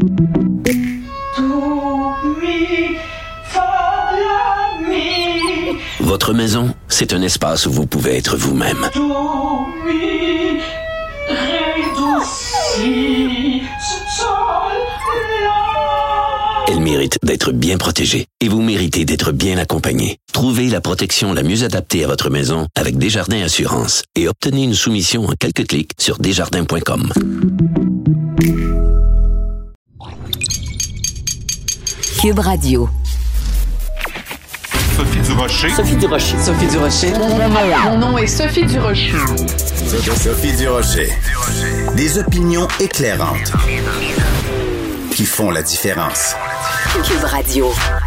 Votre maison, c'est un espace où vous pouvez être vous-même. Elle mérite d'être bien protégée et vous méritez d'être bien accompagné. Trouvez la protection la mieux adaptée à votre maison avec Desjardins Assurance et obtenez une soumission en quelques clics sur desjardins.com. Cube Radio. Sophie Durocher. Sophie Durocher. Sophie Durocher. Mon nom est Sophie Durocher. Sophie Durocher. Des opinions éclairantes qui font la différence. Cube Radio.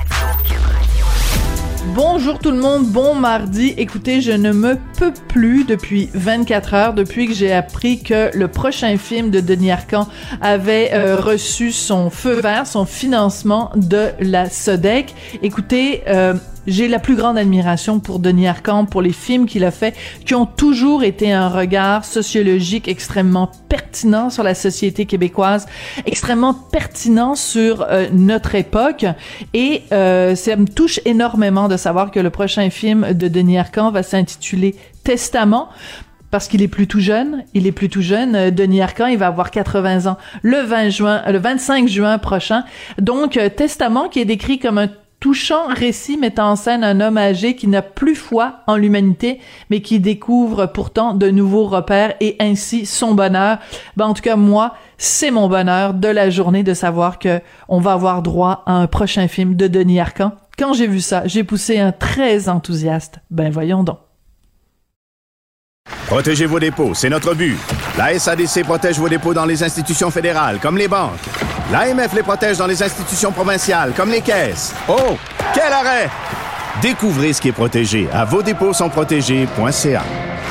Bonjour tout le monde, bon mardi. Écoutez, je ne me peux plus depuis 24 heures, depuis que j'ai appris que le prochain film de Denis Arcand avait reçu son feu vert, son financement de la SODEC. Écoutez, j'ai la plus grande admiration pour Denis Arcand, pour les films qu'il a fait, qui ont toujours été un regard sociologique extrêmement pertinent sur la société québécoise, extrêmement pertinent sur notre époque. Et ça me touche énormément de savoir que le prochain film de Denis Arcand va s'intituler Testament. Parce qu'il est plus tout jeune, Denis Arcand, il va avoir 80 ans le 25 juin prochain. Donc, Testament qui est décrit comme un touchant récit mettant en scène un homme âgé qui n'a plus foi en l'humanité, mais qui découvre pourtant de nouveaux repères et ainsi son bonheur. En tout cas, moi, c'est mon bonheur de la journée de savoir que on va avoir droit à un prochain film de Denis Arcand. Quand j'ai vu ça, j'ai poussé un très enthousiaste. Voyons donc. Protégez vos dépôts, c'est notre but. La SADC protège vos dépôts dans les institutions fédérales, comme les banques. L'AMF les protège dans les institutions provinciales, comme les caisses. Oh, quel arrêt! Découvrez ce qui est protégé à vosdépôtssontprotégés.ca.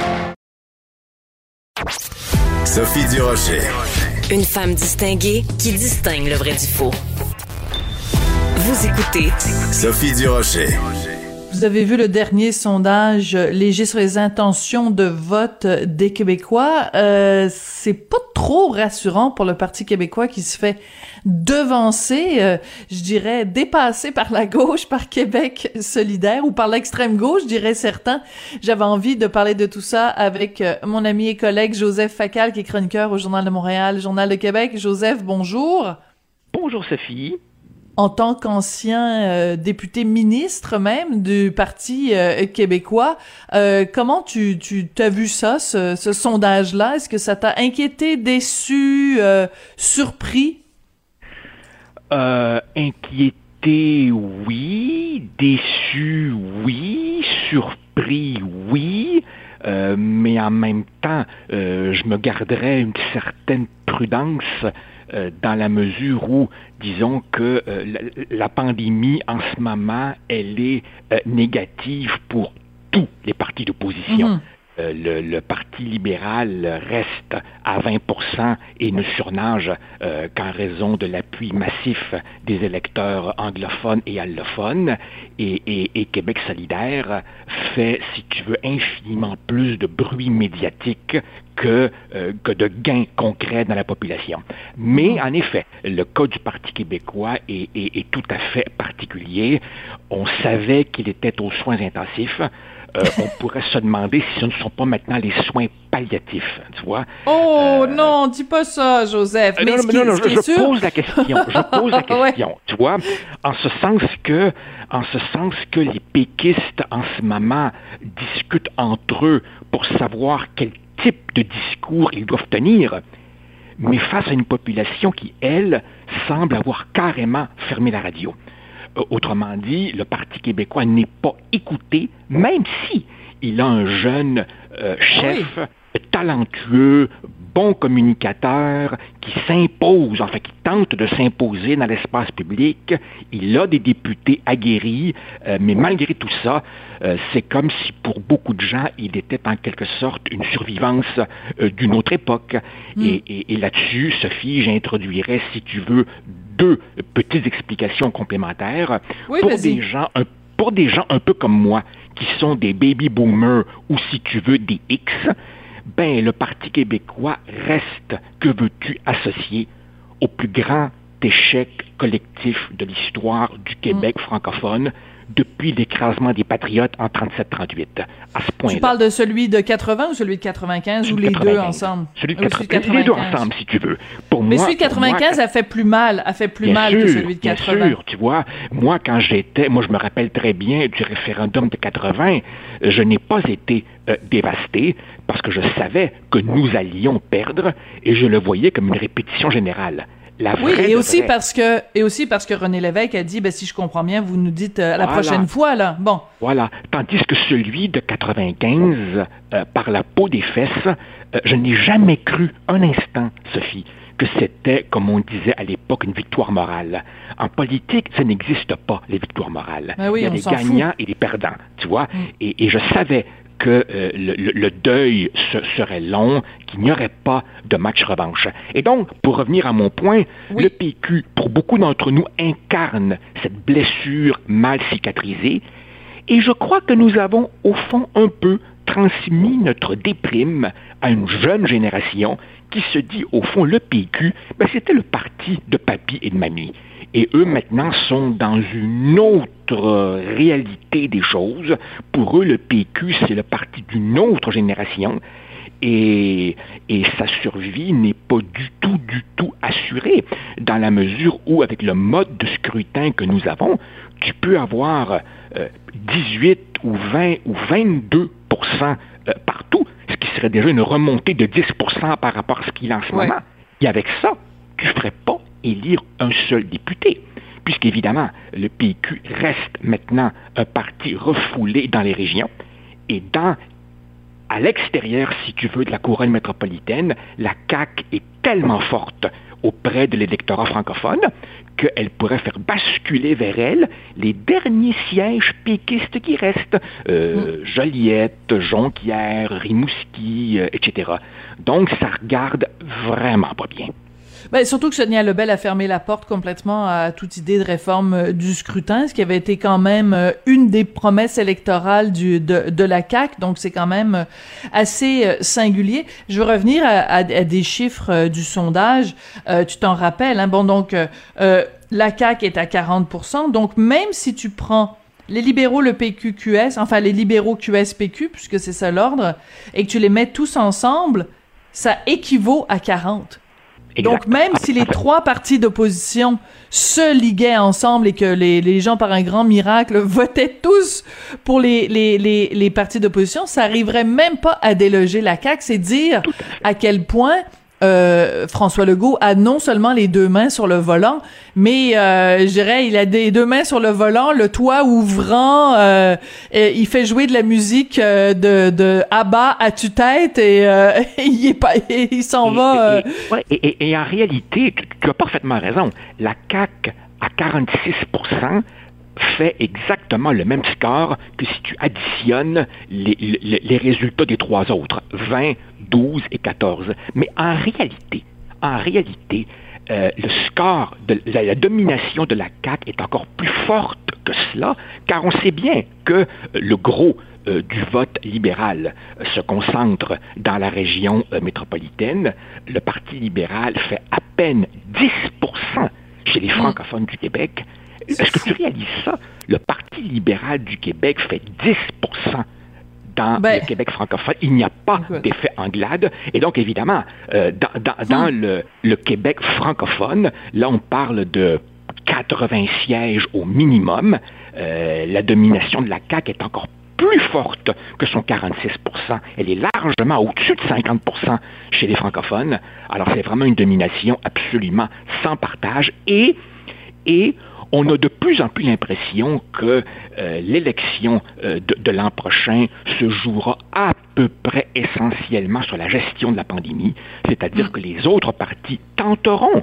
Sophie Durocher. Une femme distinguée qui distingue le vrai du faux. Vous écoutez Sophie Durocher. Vous avez vu le dernier sondage léger sur les intentions de vote des Québécois. C'est pas trop rassurant pour le Parti québécois qui se fait devancer, je dirais, dépasser par la gauche, par Québec solidaire ou par l'extrême gauche, diraient certains. J'avais envie de parler de tout ça avec mon ami et collègue Joseph Facal, qui est chroniqueur au Journal de Montréal, Journal de Québec. Joseph, bonjour. Bonjour Sophie. En tant qu'ancien député ministre même du Parti québécois, comment tu t'as vu ça, ce sondage-là? Est-ce que ça t'a inquiété, déçu, surpris? Inquiété, oui. Déçu, oui. Surpris, oui. Mais en même temps, je me garderais une certaine prudence dans la mesure où, disons que la pandémie, en ce moment, elle est négative pour tous les partis d'opposition. Le Parti libéral reste à 20% et ne surnage qu'en raison de l'appui massif des électeurs anglophones et allophones. Et Québec solidaire fait, si tu veux, infiniment plus de bruit médiatique que de gains concrets dans la population. Mais en effet, le cas du Parti québécois est tout à fait particulier. On savait qu'il était aux soins intensifs. On pourrait se demander si ce ne sont pas maintenant les soins palliatifs, tu vois. Non, dis pas ça, Joseph. Mais je pose la question. Ouais. Tu vois, en ce sens que les péquistes, en ce moment, discutent entre eux pour savoir quel type de discours ils doivent tenir, mais face à une population qui, elle, semble avoir carrément fermé la radio. Autrement dit, le Parti québécois n'est pas écouté, même si il a un jeune chef talentueux, bon communicateur, qui s'impose, enfin qui tente de s'imposer dans l'espace public. Il a des députés aguerris, mais malgré tout ça, c'est comme si pour beaucoup de gens, il était en quelque sorte une survivance d'une autre époque. Et là-dessus, Sophie, j'introduirais, si tu veux, deux petites explications complémentaires pour des gens un peu comme moi, qui sont des baby boomers ou, si tu veux, des X. Le Parti québécois reste, que veux-tu, associé au plus grand échec collectif de l'histoire du Québec francophone depuis l'écrasement des Patriotes en 37-38. À ce point-là. Tu parles de celui de 80 ou celui de 95 ou les 95. deux ensemble? Celui de 95. Les deux ensemble, si tu veux. Mais celui de 95 a fait plus mal, que celui de 80. Bien sûr, tu vois. Moi, je me rappelle très bien du référendum de 80, je n'ai pas été dévasté parce que je savais que nous allions perdre et je le voyais comme une répétition générale. Et aussi parce que René Lévesque a dit, si je comprends bien, vous nous dites la prochaine fois, là. Bon. Voilà. Tandis que celui de 95, par la peau des fesses, je n'ai jamais cru un instant, Sophie, que c'était, comme on disait à l'époque, une victoire morale. En politique, ça n'existe pas, les victoires morales. Oui, il y a des gagnants et des perdants, tu vois. Et je savais que le deuil serait long, qu'il n'y aurait pas de match revanche. Et donc, pour revenir à mon point, le PQ, pour beaucoup d'entre nous, incarne cette blessure mal cicatrisée. Et je crois que nous avons, au fond, un peu transmis notre déprime à une jeune génération qui se dit, au fond, le PQ, c'était le parti de papy et de mamie. Et eux, maintenant, sont dans une autre réalité des choses. Pour eux, le PQ, c'est le parti d'une autre génération. Et sa survie n'est pas du tout assurée, dans la mesure où, avec le mode de scrutin que nous avons, tu peux avoir 18 ou 20 ou 22% partout, ce qui serait déjà une remontée de 10% par rapport à ce qu'il a en ce moment. Et avec ça, tu ne ferais pas élire un seul député, puisqu'évidemment, le PQ reste maintenant un parti refoulé dans les régions, et à l'extérieur, si tu veux, de la couronne métropolitaine, la CAQ est tellement forte auprès de l'électorat francophone qu'elle pourrait faire basculer vers elle les derniers sièges péquistes qui restent. Joliette, Jonquière, Rimouski, etc. Donc, ça regarde vraiment pas bien. Surtout que Sonia Lebel a fermé la porte complètement à toute idée de réforme du scrutin, ce qui avait été quand même une des promesses électorales de la CAQ, donc c'est quand même assez singulier. Je veux revenir à des chiffres du sondage. Tu t'en rappelles, hein? Bon, donc la CAQ est à 40%, donc même si tu prends les libéraux, le PQ-QS, enfin les libéraux QS-PQ, puisque c'est ça l'ordre, et que tu les mets tous ensemble, ça équivaut à 40%. Donc, même si les trois partis d'opposition se liguaient ensemble et que les gens, par un grand miracle, votaient tous pour les partis d'opposition, ça arriverait même pas à déloger la CAQ. C'est dire à quel point François Legault a non seulement les deux mains sur le volant, mais je dirais, il a des deux mains sur le volant, le toit ouvrant, il fait jouer de la musique de ABBA à tue-tête et il s'en va. Et en réalité, tu as parfaitement raison. La CAQ à 46% fait exactement le même score que si tu additionnes les résultats des trois autres, 20, 12 et 14. Mais en réalité, le score, la domination de la CAQ est encore plus forte que cela, car on sait bien que le gros du vote libéral se concentre dans la région métropolitaine. Le Parti libéral fait à peine 10% chez les francophones du Québec. Est-ce que tu réalises ça? Le Parti libéral du Québec fait 10% dans le Québec francophone. Il n'y a pas d'effet Anglade. Et donc, évidemment, dans le Québec francophone, là, on parle de 80 sièges au minimum. La domination de la CAQ est encore plus forte que son 46%. Elle est largement au-dessus de 50% chez les francophones. Alors, c'est vraiment une domination absolument sans partage. Et on a de plus en plus l'impression que l'élection de l'an prochain se jouera à peu près essentiellement sur la gestion de la pandémie, c'est-à-dire que les autres partis tenteront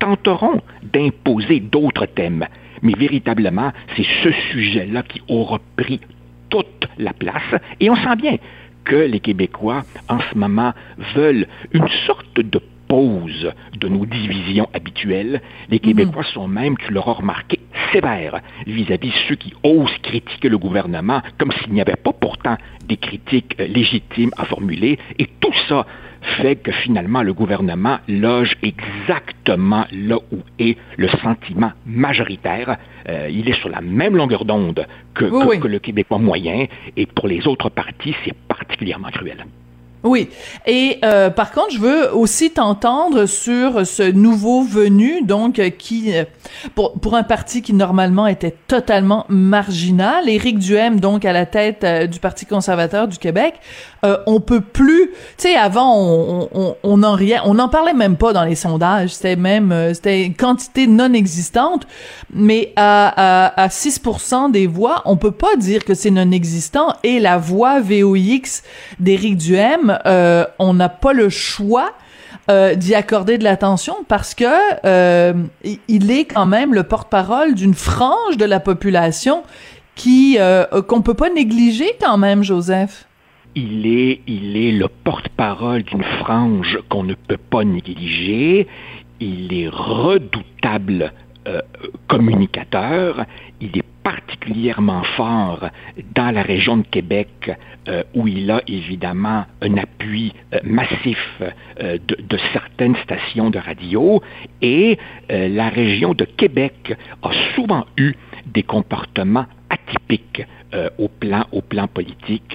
d'imposer d'autres thèmes. Mais véritablement, c'est ce sujet-là qui aura pris toute la place. Et on sent bien que les Québécois, en ce moment, veulent une sorte de pause de nos divisions habituelles. Les Québécois sont même, tu l'auras remarqué, sévères vis-à-vis ceux qui osent critiquer le gouvernement, comme s'il n'y avait pas pourtant des critiques légitimes à formuler. Et tout ça fait que finalement le gouvernement loge exactement là où est le sentiment majoritaire. Il est sur la même longueur d'onde que le Québécois moyen, et pour les autres partis, c'est particulièrement cruel. Oui. Et par contre, je veux aussi t'entendre sur ce nouveau venu, donc qui pour un parti qui normalement était totalement marginal, Éric Duhaime, donc à la tête du Parti conservateur du Québec. On peut plus, tu sais, avant on n'en parlait même pas dans les sondages, c'était une quantité non existante, mais à 6% des voix, on peut pas dire que c'est non existant, et la voix VOX d'Éric Duhaime, on n'a pas le choix d'y accorder de l'attention, parce que il est quand même le porte-parole d'une frange de la population qu'on peut pas négliger quand même, Joseph. Il est le porte-parole d'une frange qu'on ne peut pas négliger. Il est redoutable communicateur. Il est particulièrement fort dans la région de Québec, où il a évidemment un appui massif de certaines stations de radio, et la région de Québec a souvent eu des comportements atypiques au plan politique.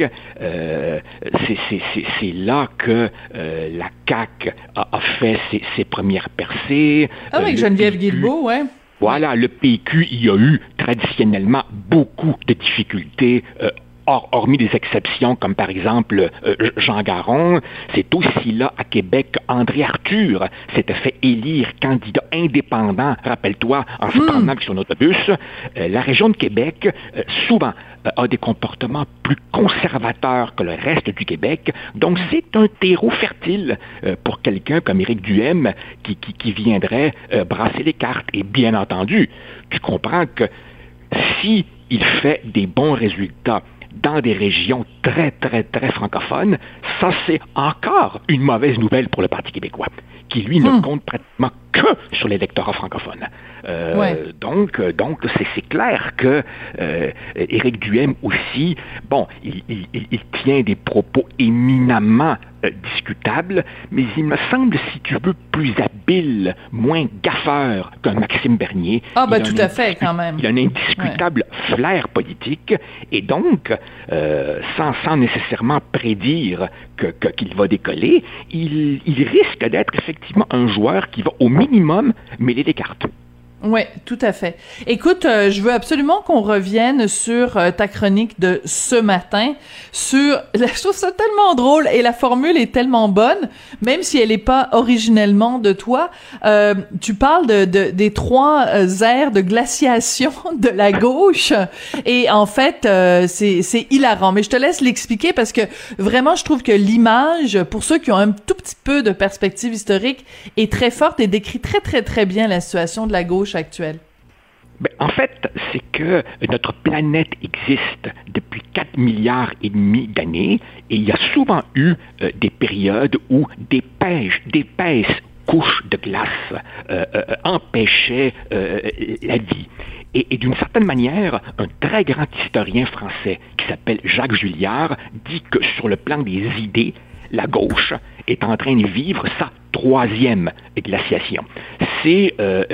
C'est là que la CAQ a fait ses premières percées. Ah oui, Geneviève Guilbeault, ouais. Voilà, le PQ y a eu traditionnellement beaucoup de difficultés, hormis des exceptions comme par exemple Jean Garon. C'est aussi là à Québec qu'André Arthur s'était fait élire candidat indépendant, rappelle-toi, en se promenant avec son autobus. La région de Québec, souvent, a des comportements plus conservateurs que le reste du Québec. Donc, c'est un terreau fertile pour quelqu'un comme Éric Duhaime qui viendrait brasser les cartes. Et bien entendu, tu comprends que si il fait des bons résultats dans des régions très, très, très francophones, ça, c'est encore une mauvaise nouvelle pour le Parti québécois, qui, lui, ne compte pratiquement que sur l'électorat francophone. Donc, c'est clair que Éric Duhaime aussi, bon, il tient des propos éminemment discutables, mais il me semble, si tu veux, plus habile, moins gaffeur qu'un Maxime Bernier. Ah, ben tout à fait, quand même. Il a un indiscutable flair politique, et donc, sans nécessairement prédire qu'il va décoller, il risque d'être effectivement un joueur qui va au minimum mêler les cartes. Oui, tout à fait. Écoute, je veux absolument qu'on revienne sur ta chronique de ce matin, je trouve ça tellement drôle, et la formule est tellement bonne, même si elle n'est pas originellement de toi. Tu parles des 3 aires de glaciation de la gauche, et en fait, c'est hilarant. Mais je te laisse l'expliquer, parce que vraiment, je trouve que l'image, pour ceux qui ont un tout petit peu de perspective historique, est très forte et décrit très, très, très bien la situation de la gauche actuelle. Ben, en fait, c'est que notre planète existe depuis 4 milliards et demi d'années, et il y a souvent eu des périodes où d'épaisses couches de glace empêchaient la vie. Et d'une certaine manière, un très grand historien français qui s'appelle Jacques Julliard dit que sur le plan des idées, la gauche est en train de vivre sa 3e glaciation. C'est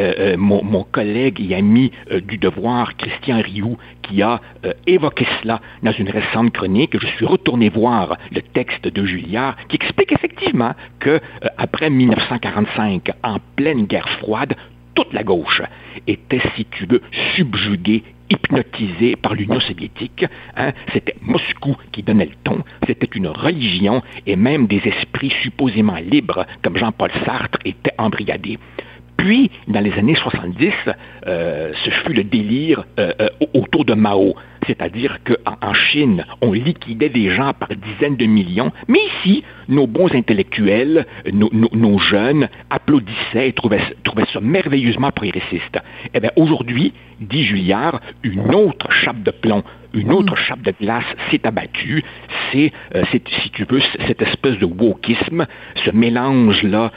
mon collègue et ami du Devoir, Christian Rioux, qui a évoqué cela dans une récente chronique. Je suis retourné voir le texte de Julliard qui explique effectivement que après 1945, en pleine guerre froide, toute la gauche était, si tu veux, subjuguée, hypnotisée par l'Union soviétique. C'était Moscou qui donnait le ton, c'était une religion, et même des esprits supposément libres, comme Jean-Paul Sartre, étaient embrigadés. Puis, dans les années 70, ce fut le délire autour de Mao. C'est-à-dire qu'en Chine, on liquidait des gens par dizaines de millions, mais ici, nos bons intellectuels, nos jeunes applaudissaient et trouvaient ça merveilleusement progressiste. Eh bien, aujourd'hui, dit Julliard, une autre chape de plomb, une autre chape de glace s'est abattue. C'est, si tu veux, cette espèce de wokisme, ce mélange-là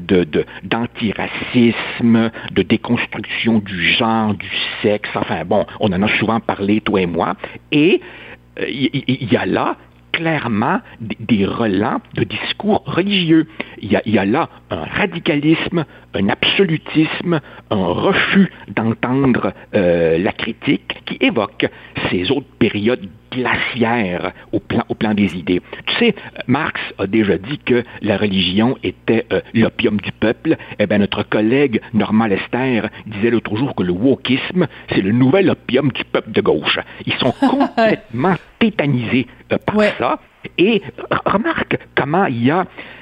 d'antiracisme, de déconstruction du genre, du sexe, enfin bon, on en a souvent parlé, toi et moi, et il y a là clairement des relents de discours religieux. Il y a là un radicalisme, un absolutisme, un refus d'entendre la critique qui évoque ces autres périodes glaciaires au plan des idées. Tu sais, Marx a déjà dit que la religion était l'opium du peuple. Eh bien, notre collègue Normand Lester disait l'autre jour que le wokisme, c'est le nouvel opium du peuple de gauche. Ils sont complètement tétanisés par ça. Et remarque comment il y a,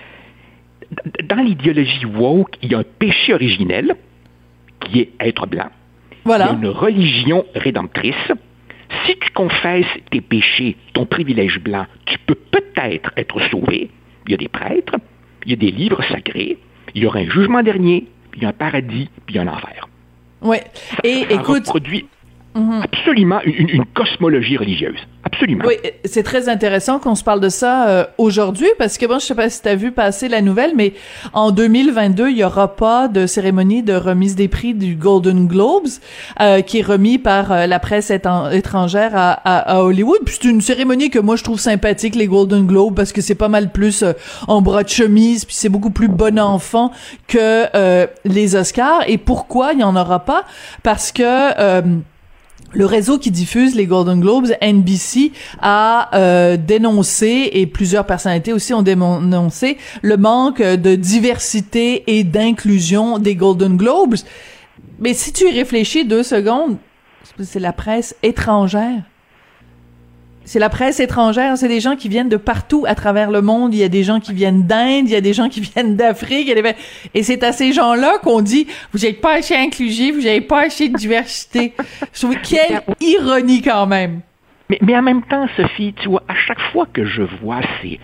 dans l'idéologie woke, il y a un péché originel qui est être blanc. Voilà. Il y a une religion rédemptrice. Si tu confesses tes péchés, ton privilège blanc, tu peux peut-être être sauvé. Il y a des prêtres, il y a des livres sacrés, il y aura un jugement dernier, puis il y a un paradis, puis il y a un enfer. Oui. Et ça écoute, reproduit absolument une cosmologie religieuse. Absolument. Oui, c'est très intéressant qu'on se parle de ça aujourd'hui, parce que bon, je sais pas si tu as vu passer la nouvelle, mais en 2022, il y aura pas de cérémonie de remise des prix du Golden Globes, qui est remis par la presse étrangère à Hollywood. Puis c'est une cérémonie que moi je trouve sympathique, les Golden Globes, parce que c'est pas mal plus en bras de chemise, puis c'est beaucoup plus bon enfant que les Oscars. Et pourquoi il y en aura pas? Parce que le réseau qui diffuse les Golden Globes, NBC, a dénoncé, et plusieurs personnalités aussi ont dénoncé, le manque de diversité et d'inclusion des Golden Globes. Mais si tu y réfléchis 2 secondes, c'est la presse étrangère. C'est la presse étrangère, c'est des gens qui viennent de partout à travers le monde. Il y a des gens qui viennent d'Inde, il y a des gens qui viennent d'Afrique. Et c'est à ces gens-là qu'on dit « Vous n'êtes pas assez inclusif, vous n'avez pas assez de diversité. » Je trouve quelle ironie quand même. Mais en même temps, Sophie, tu vois, à chaque fois que je vois ces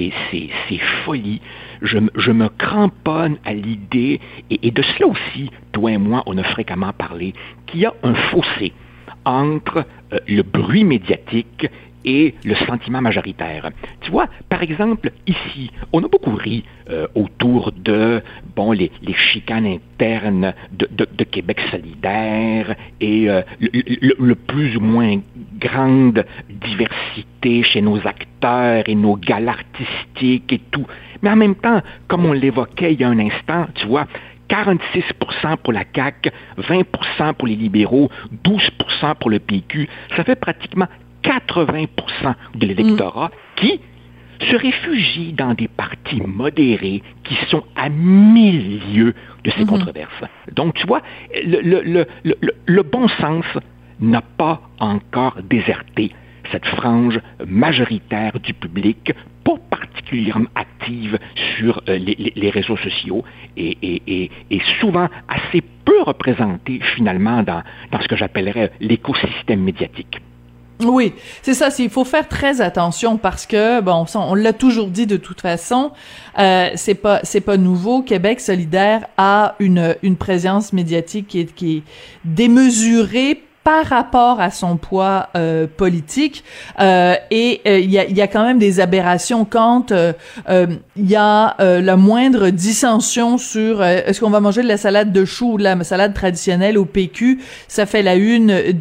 folies, je me cramponne à l'idée, et de cela aussi, toi et moi, on a fréquemment parlé, qu'il y a un fossé entre le bruit médiatique et le sentiment majoritaire. Tu vois, par exemple, ici, on a beaucoup ri autour de, les chicanes internes de Québec solidaire et le plus ou moins grande diversité chez nos acteurs et nos galas artistiques et tout. Mais en même temps, comme on l'évoquait il y a un instant, tu vois, 46% pour la CAQ, 20% pour les libéraux, 12% pour le PQ, ça fait pratiquement 80% de l'électorat qui se réfugie dans des partis modérés qui sont à 1000 lieues de ces controverses. Donc, tu vois, le bon sens n'a pas encore déserté cette frange majoritaire du public, pas particulièrement active sur les réseaux sociaux et souvent assez peu représentée finalement dans ce que j'appellerais l'écosystème médiatique. Oui, c'est ça. Il faut faire très attention parce que on l'a toujours dit de toute façon. C'est pas nouveau. Québec solidaire a une présence médiatique qui est démesurée par rapport à son poids politique, et il y a quand même des aberrations quand il y a la moindre dissension sur est-ce qu'on va manger de la salade de choux ou de la salade traditionnelle au PQ, ça fait la une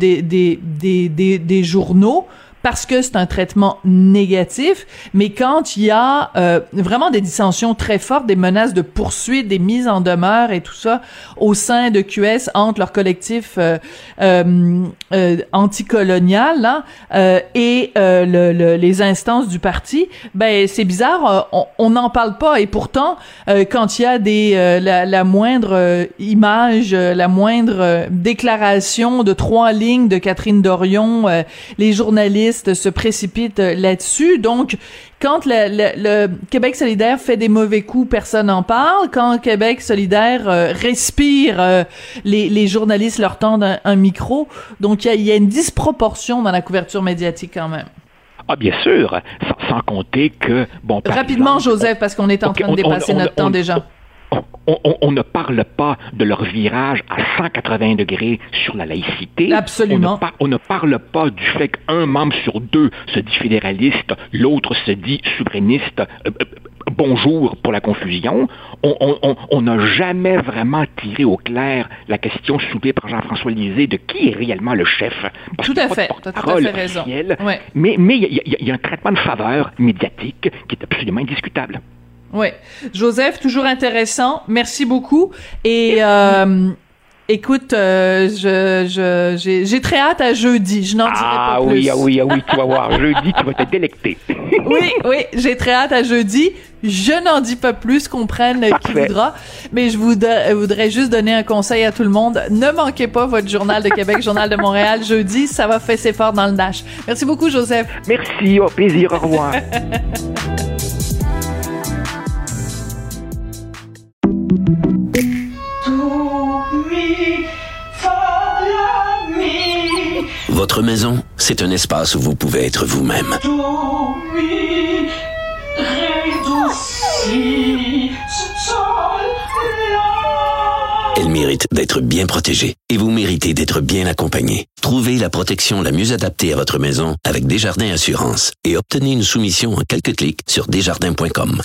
des journaux parce que c'est un traitement négatif, mais quand il y a vraiment des dissensions très fortes, des menaces de poursuite, des mises en demeure et tout ça au sein de QS entre leur collectif anticolonial là, et les instances du parti, c'est bizarre, on n'en parle pas, et pourtant quand il y a la moindre image, la moindre déclaration de 3 lignes de Catherine Dorion, les journalistes se précipitent là-dessus. Donc, quand le Québec solidaire fait des mauvais coups, personne n'en parle. Quand Québec solidaire respire, les journalistes leur tendent un micro. Donc, il y a une disproportion dans la couverture médiatique quand même. Ah, bien sûr, sans compter que... Rapidement, exemple, Joseph, parce qu'on est en train de dépasser notre temps déjà. On ne parle pas de leur virage à 180 degrés sur la laïcité. Absolument. On ne parle pas du fait qu'un membre sur 2 se dit fédéraliste, l'autre se dit souverainiste, bonjour pour la confusion. On n'a jamais vraiment tiré au clair la question soulevée par Jean-François Lisée de qui est réellement le chef. Tout à fait, tu as tout à fait raison. Ouais. Mais il y a un traitement de faveur médiatique qui est absolument indiscutable. Oui. Joseph, toujours intéressant. Merci beaucoup. Et écoute, j'ai très hâte à jeudi. Je n'en dirai pas plus. Ah oui, tu vas voir. Jeudi, tu vas te délecter. Oui, j'ai très hâte à jeudi. Je n'en dis pas plus, qu'on prenne qui voudra. Mais je voudrais juste donner un conseil à tout le monde. Ne manquez pas votre Journal de Québec, Journal de Montréal. Jeudi, ça va fesser fort dans le Dash. Merci beaucoup, Joseph. Merci, au plaisir, au revoir. Votre maison, c'est un espace où vous pouvez être vous-même. Elle mérite d'être bien protégée et vous méritez d'être bien accompagnée. Trouvez la protection la mieux adaptée à votre maison avec Desjardins Assurance et obtenez une soumission en quelques clics sur desjardins.com.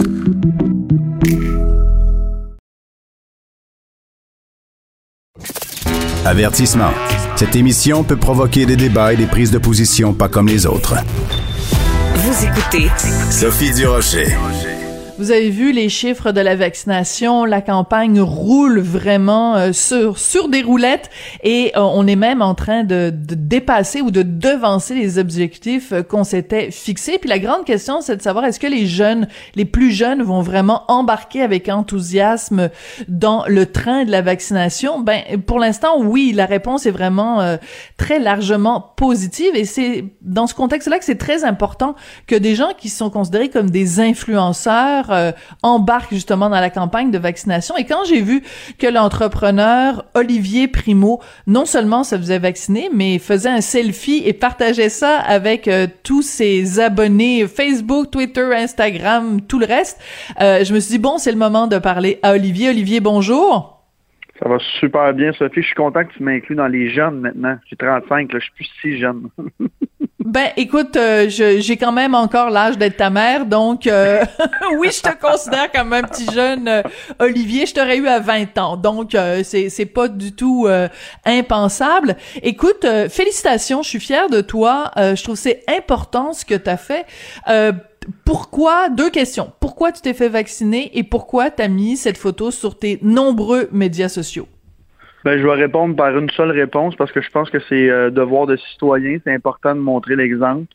Avertissement. Cette émission peut provoquer des débats et des prises de position pas comme les autres. Vous écoutez Sophie Durocher. Vous avez vu les chiffres de la vaccination, la campagne roule vraiment sur des roulettes et on est même en train de dépasser ou de devancer les objectifs qu'on s'était fixés. Puis la grande question, c'est de savoir est-ce que les plus jeunes vont vraiment embarquer avec enthousiasme dans le train de la vaccination? Ben, pour l'instant, oui, la réponse est vraiment très largement positive et c'est dans ce contexte-là que c'est très important que des gens qui sont considérés comme des influenceurs embarque justement dans la campagne de vaccination. Et quand j'ai vu que l'entrepreneur Olivier Primo, non seulement se faisait vacciner, mais faisait un selfie et partageait ça avec tous ses abonnés Facebook, Twitter, Instagram, tout le reste, je me suis dit, bon, c'est le moment de parler à Olivier. Olivier, bonjour. Ça va super bien, Sophie. Je suis content que tu m'inclues dans les jeunes maintenant. J'ai 35, là, je suis plus si jeune. Ben, écoute, j'ai quand même encore l'âge d'être ta mère, donc oui, je te considère comme un petit jeune Olivier. Je t'aurais eu à 20 ans, donc c'est pas du tout impensable. Écoute, félicitations, je suis fière de toi. Je trouve que c'est important ce que t'as fait. Pourquoi? Deux questions. Pourquoi tu t'es fait vacciner et pourquoi t'as mis cette photo sur tes nombreux médias sociaux? Ben, je vais répondre par une seule réponse parce que je pense que c'est devoir de citoyen. C'est important de montrer l'exemple.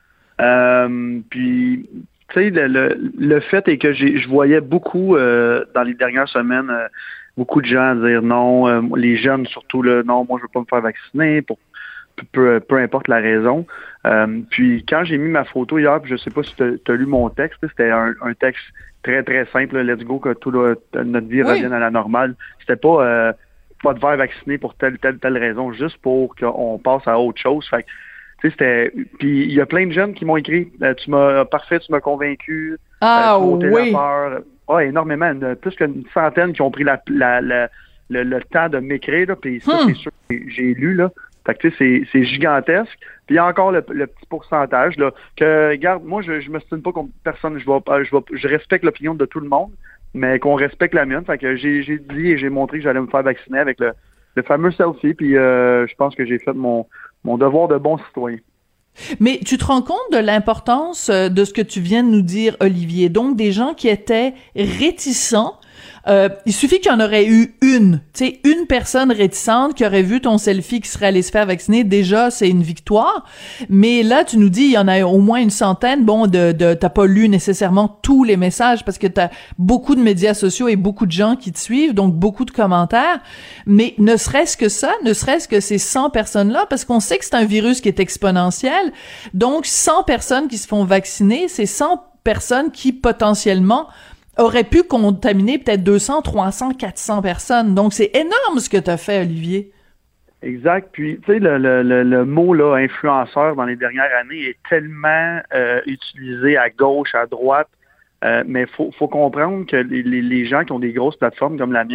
Puis, tu sais, le fait est que je voyais beaucoup dans les dernières semaines beaucoup de gens dire non, les jeunes surtout, là, non, moi je veux pas me faire vacciner pour peu importe la raison. Puis quand j'ai mis ma photo hier, puis je sais pas si tu as lu mon texte, c'était un texte très très simple, là, let's go, que notre vie revienne à la normale. C'était pas te faire vacciner pour telle raison, juste pour qu'on passe à autre chose. Fait que, tu sais, c'était. Puis il y a plein de jeunes qui m'ont écrit tu m'as convaincu. Ah oui. Ouais, énormément. Plus qu'une centaine qui ont pris le temps de m'écrire, là, puis ça, c'est sûr que j'ai lu, là. Fait que tu sais, c'est gigantesque. Puis il y a encore le petit pourcentage là que, regarde, moi je m'estime pas comme personne, je respecte l'opinion de tout le monde, mais qu'on respecte la mienne. Fait que j'ai dit et j'ai montré que j'allais me faire vacciner avec le fameux selfie. Puis je pense que j'ai fait mon devoir de bon citoyen. Mais tu te rends compte de l'importance de ce que tu viens de nous dire, Olivier. Donc des gens qui étaient réticents. Il suffit qu'il y en aurait eu une personne réticente qui aurait vu ton selfie qui serait allée se faire vacciner. Déjà, c'est une victoire. Mais là, tu nous dis, il y en a au moins une centaine. Bon, t'as pas lu nécessairement tous les messages parce que t'as beaucoup de médias sociaux et beaucoup de gens qui te suivent, donc beaucoup de commentaires. Mais ne serait-ce que ça, ne serait-ce que ces 100 personnes-là, parce qu'on sait que c'est un virus qui est exponentiel. Donc, 100 personnes qui se font vacciner, c'est 100 personnes qui, potentiellement, aurait pu contaminer peut-être 200, 300, 400 personnes. Donc, c'est énorme ce que tu as fait, Olivier. Exact. Puis, tu sais, le mot là, influenceur dans les dernières années est tellement utilisé à gauche, à droite. Mais faut comprendre que les gens qui ont des grosses plateformes comme la mienne,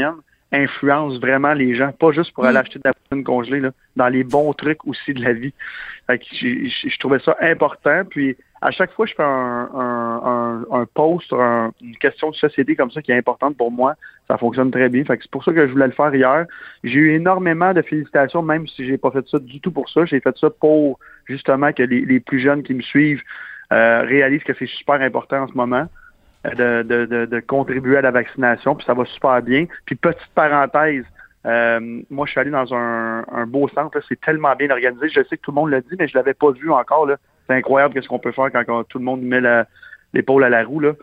influence vraiment les gens, pas juste pour aller acheter de la poutine congelée, là, dans les bons trucs aussi de la vie. Fait que je trouvais ça important. Puis à chaque fois que je fais un post, une question de société comme ça qui est importante pour moi, ça fonctionne très bien. Fait que c'est pour ça que je voulais le faire hier. J'ai eu énormément de félicitations, même si j'ai pas fait ça du tout pour ça. J'ai fait ça pour justement que les plus jeunes qui me suivent réalisent que c'est super important en ce moment. De contribuer à la vaccination, puis ça va super bien. Puis petite parenthèse, moi je suis allé dans un beau centre, là, c'est tellement bien organisé, je sais que tout le monde l'a dit, mais je l'avais pas vu encore, là. C'est incroyable qu'est-ce qu'on peut faire quand tout le monde met l'épaule à la roue, là.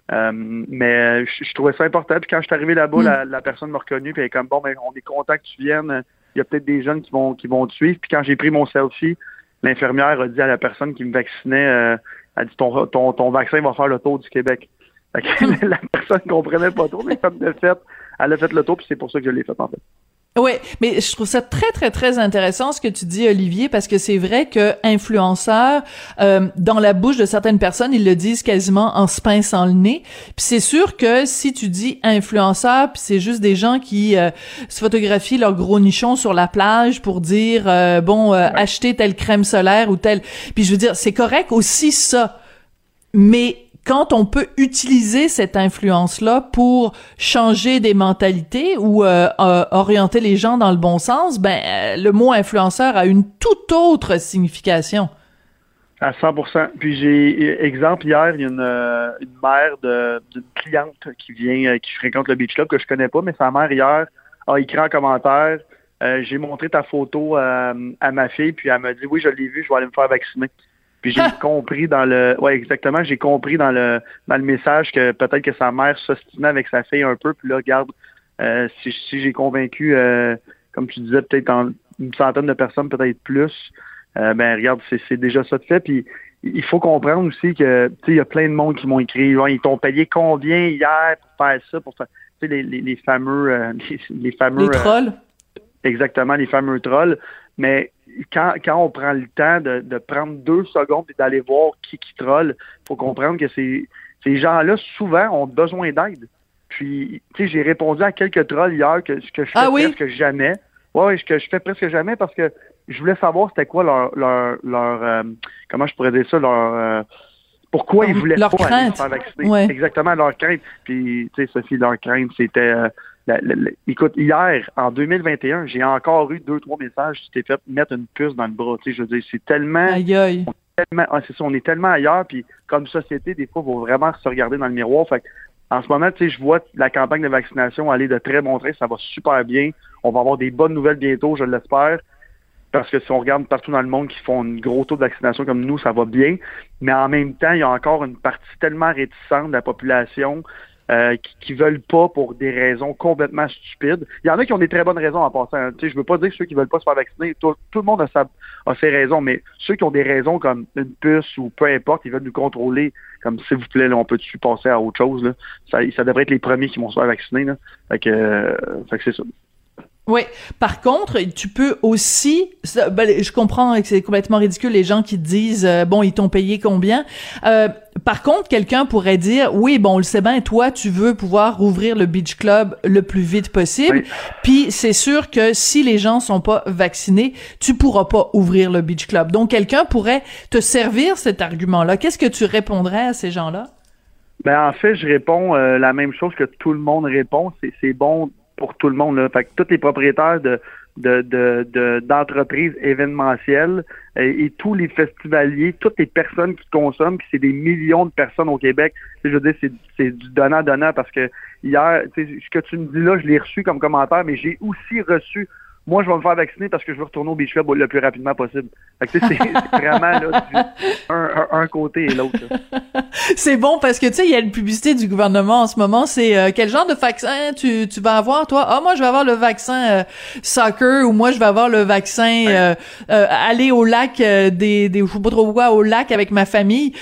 Mais je trouvais ça important, puis quand je suis arrivé là-bas, la personne m'a reconnu, puis elle est comme, bon, ben on est content que tu viennes, il y a peut-être des jeunes qui vont te suivre, puis quand j'ai pris mon selfie, l'infirmière a dit à la personne qui me vaccinait, elle a dit, ton vaccin va faire le tour du Québec. La personne ne comprenait pas trop, mais comme de fait, elle a fait le tour, puis c'est pour ça que je l'ai fait en fait. Oui, mais je trouve ça très, très, très intéressant ce que tu dis, Olivier, parce que c'est vrai que influenceur, dans la bouche de certaines personnes, ils le disent quasiment en se pinçant le nez. Puis c'est sûr que si tu dis influenceur, puis c'est juste des gens qui se photographient leur gros nichon sur la plage pour dire, achetez telle crème solaire ou telle... Puis je veux dire, c'est correct aussi ça, mais... Quand on peut utiliser cette influence-là pour changer des mentalités ou orienter les gens dans le bon sens, le mot influenceur a une toute autre signification. À 100%. Puis exemple, hier, il y a une mère d'une cliente qui fréquente le Beach Club que je connais pas, mais sa mère hier a écrit en commentaire, j'ai montré ta photo à ma fille, puis elle m'a dit oui, je l'ai vu, je vais aller me faire vacciner. Puis j'ai compris j'ai compris dans le message que peut-être que sa mère s'ostinait avec sa fille un peu, puis là, regarde, si j'ai convaincu, comme tu disais, peut-être une centaine de personnes, peut-être plus, regarde, c'est déjà ça de fait. Puis il faut comprendre aussi que, tu sais, il y a plein de monde qui m'ont écrit, ils t'ont payé combien hier pour faire ça, pour faire, tu sais, les fameux... les trolls. Exactement, les fameux trolls. Mais quand on prend le temps de prendre 2 secondes et d'aller voir qui troll, il faut comprendre que ces gens-là, souvent, ont besoin d'aide. Puis, tu sais, j'ai répondu à quelques trolls hier que je fais presque jamais. Oui, que je fais presque jamais parce que je voulais savoir c'était quoi leur comment je pourrais dire ça, pourquoi ils voulaient pas aller se faire vacciner. Ouais. Exactement, leur crainte. Puis, tu sais, Sophie, leur crainte, c'était... écoute, hier, en 2021, j'ai encore eu 2-3 messages qui t'es fait mettre une puce dans le bras. Tu sais, je veux dire, c'est tellement... Aïe. C'est ça, on est tellement ailleurs, puis comme société, des fois, il faut vraiment se regarder dans le miroir. Fait en ce moment, tu sais, je vois la campagne de vaccination aller de très bon train, ça va super bien. On va avoir des bonnes nouvelles bientôt, je l'espère. Parce que si on regarde partout dans le monde qui font un gros taux de vaccination comme nous, ça va bien. Mais en même temps, il y a encore une partie tellement réticente de la population qui veulent pas pour des raisons complètement stupides. Il y en a qui ont des très bonnes raisons en passant. Tu sais, je veux pas dire que ceux qui veulent pas se faire vacciner, tout le monde a ses raisons, mais ceux qui ont des raisons comme une puce ou peu importe, ils veulent nous contrôler, comme s'il vous plaît, là, on peut-tu passer à autre chose, là. Ça devrait être les premiers qui vont se faire vacciner, là. Fait que c'est ça. Oui. Par contre, tu peux aussi, je comprends que c'est complètement ridicule les gens qui disent, ils t'ont payé combien. Par contre, quelqu'un pourrait dire, oui, on le sait bien, toi, tu veux pouvoir rouvrir le Beach Club le plus vite possible. Oui. Puis c'est sûr que si les gens sont pas vaccinés, tu pourras pas ouvrir le Beach Club. Donc, quelqu'un pourrait te servir cet argument-là. Qu'est-ce que tu répondrais à ces gens-là? En fait, je réponds la même chose que tout le monde répond. C'est bon pour tout le monde, là. Fait que tous les propriétaires d'entreprises événementielles et tous les festivaliers, toutes les personnes qui consomment, puis c'est des millions de personnes au Québec. Je veux dire, c'est du donnant-donnant parce que hier, ce que tu me dis là, je l'ai reçu comme commentaire, mais j'ai aussi reçu. Moi, je vais me faire vacciner parce que je veux retourner au Beach Club le plus rapidement possible. Fait que c'est vraiment là, un côté et l'autre. C'est bon parce que tu sais, il y a une publicité du gouvernement en ce moment, c'est quel genre de vaccin tu vas avoir toi? Ah, moi je vais avoir le vaccin soccer ou moi je vais avoir le vaccin aller au lac je sais pas trop quoi, au lac avec ma famille.